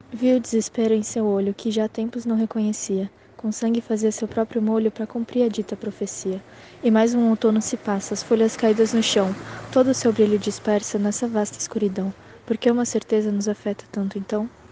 Vi o desespero em seu olho, que já há tempos não reconhecia. Com sangue fazia seu próprio molho para cumprir a dita profecia. E mais um outono se passa, as folhas caídas no chão, todo o seu brilho dispersa nessa vasta escuridão. Por que uma certeza nos afeta tanto então?